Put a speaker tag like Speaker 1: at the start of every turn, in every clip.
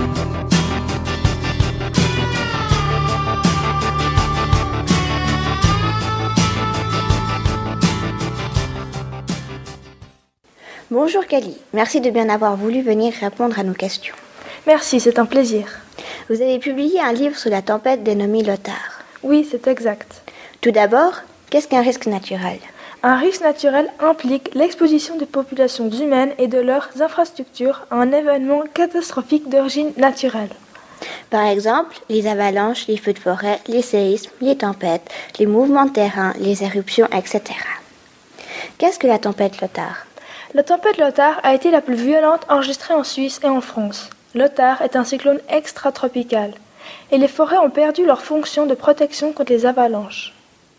Speaker 1: Bonjour Kelly, merci de bien avoir voulu venir répondre à nos questions.
Speaker 2: Merci, c'est un plaisir.
Speaker 1: Vous avez publié un livre sur la tempête dénommé Lothar.
Speaker 2: Oui, c'est exact.
Speaker 1: Tout d'abord, qu'est-ce qu'un risque naturel ?
Speaker 2: Un risque naturel implique l'exposition des populations humaines et de leurs infrastructures à un événement catastrophique d'origine naturelle.
Speaker 1: Par exemple, les avalanches, les feux de forêt, les séismes, les tempêtes, les mouvements de terrain, les éruptions, etc. Qu'est-ce que la tempête Lothar ?
Speaker 2: La tempête Lothar a été la plus violente enregistrée en Suisse et en France. Lothar est un cyclone extratropical et les forêts ont perdu leur fonction de protection contre les avalanches.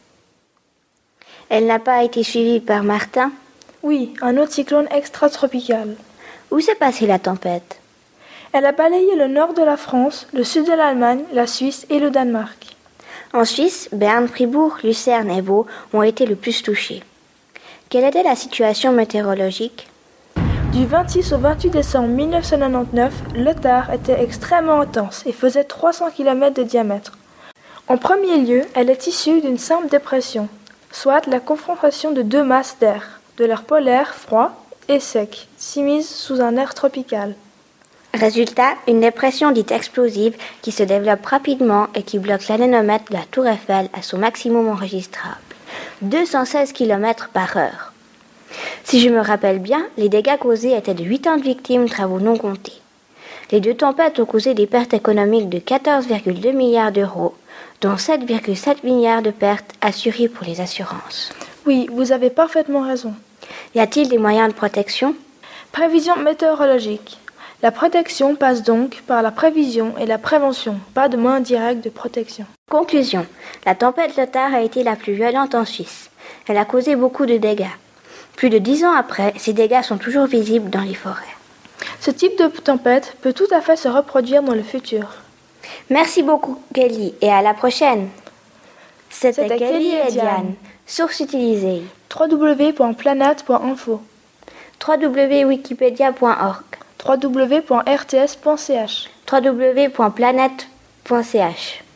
Speaker 1: Elle n'a pas été suivie par Martin ?
Speaker 2: Oui, un autre cyclone extratropical.
Speaker 1: Où s'est passée la tempête ?
Speaker 2: Elle a balayé le nord de la France, le sud de l'Allemagne, la Suisse et le Danemark.
Speaker 1: En Suisse, Berne, Fribourg, Lucerne et Vaud ont été le plus touchés. Quelle était la situation météorologique ?
Speaker 2: Du 26 au 28 décembre 1999, Lothar était extrêmement intense et faisait 300 km de diamètre. En premier lieu, elle est issue d'une simple dépression, soit la confrontation de deux masses d'air, de l'air polaire froid et sec, s'immisce sous un air tropical.
Speaker 1: Résultat, une dépression dite explosive qui se développe rapidement et qui bloque l'anémomètre de la Tour Eiffel à son maximum enregistrable, 216 km/h. Si je me rappelle bien, les dégâts causés étaient de 80 victimes, travaux non comptés. Les deux tempêtes ont causé des pertes économiques de 14,2 milliards d'euros, dont 7,7 milliards de pertes assurées pour les assurances.
Speaker 2: Oui, vous avez parfaitement raison.
Speaker 1: Y a-t-il des moyens de protection ?
Speaker 2: Prévision météorologique. La protection passe donc par la prévision et la prévention, pas de moyens directs de protection.
Speaker 1: Conclusion. La tempête Lothar a été la plus violente en Suisse. Elle a causé beaucoup de dégâts. Plus de 10 ans après, ces dégâts sont toujours visibles dans les forêts.
Speaker 2: Ce type de tempête peut tout à fait se reproduire dans le futur.
Speaker 1: Merci beaucoup Kelly et à la prochaine. C'était Kelly et Diane. Source utilisée.
Speaker 2: www.planète.info
Speaker 1: www.wikipedia.org
Speaker 2: www.rts.ch
Speaker 1: www.planète.ch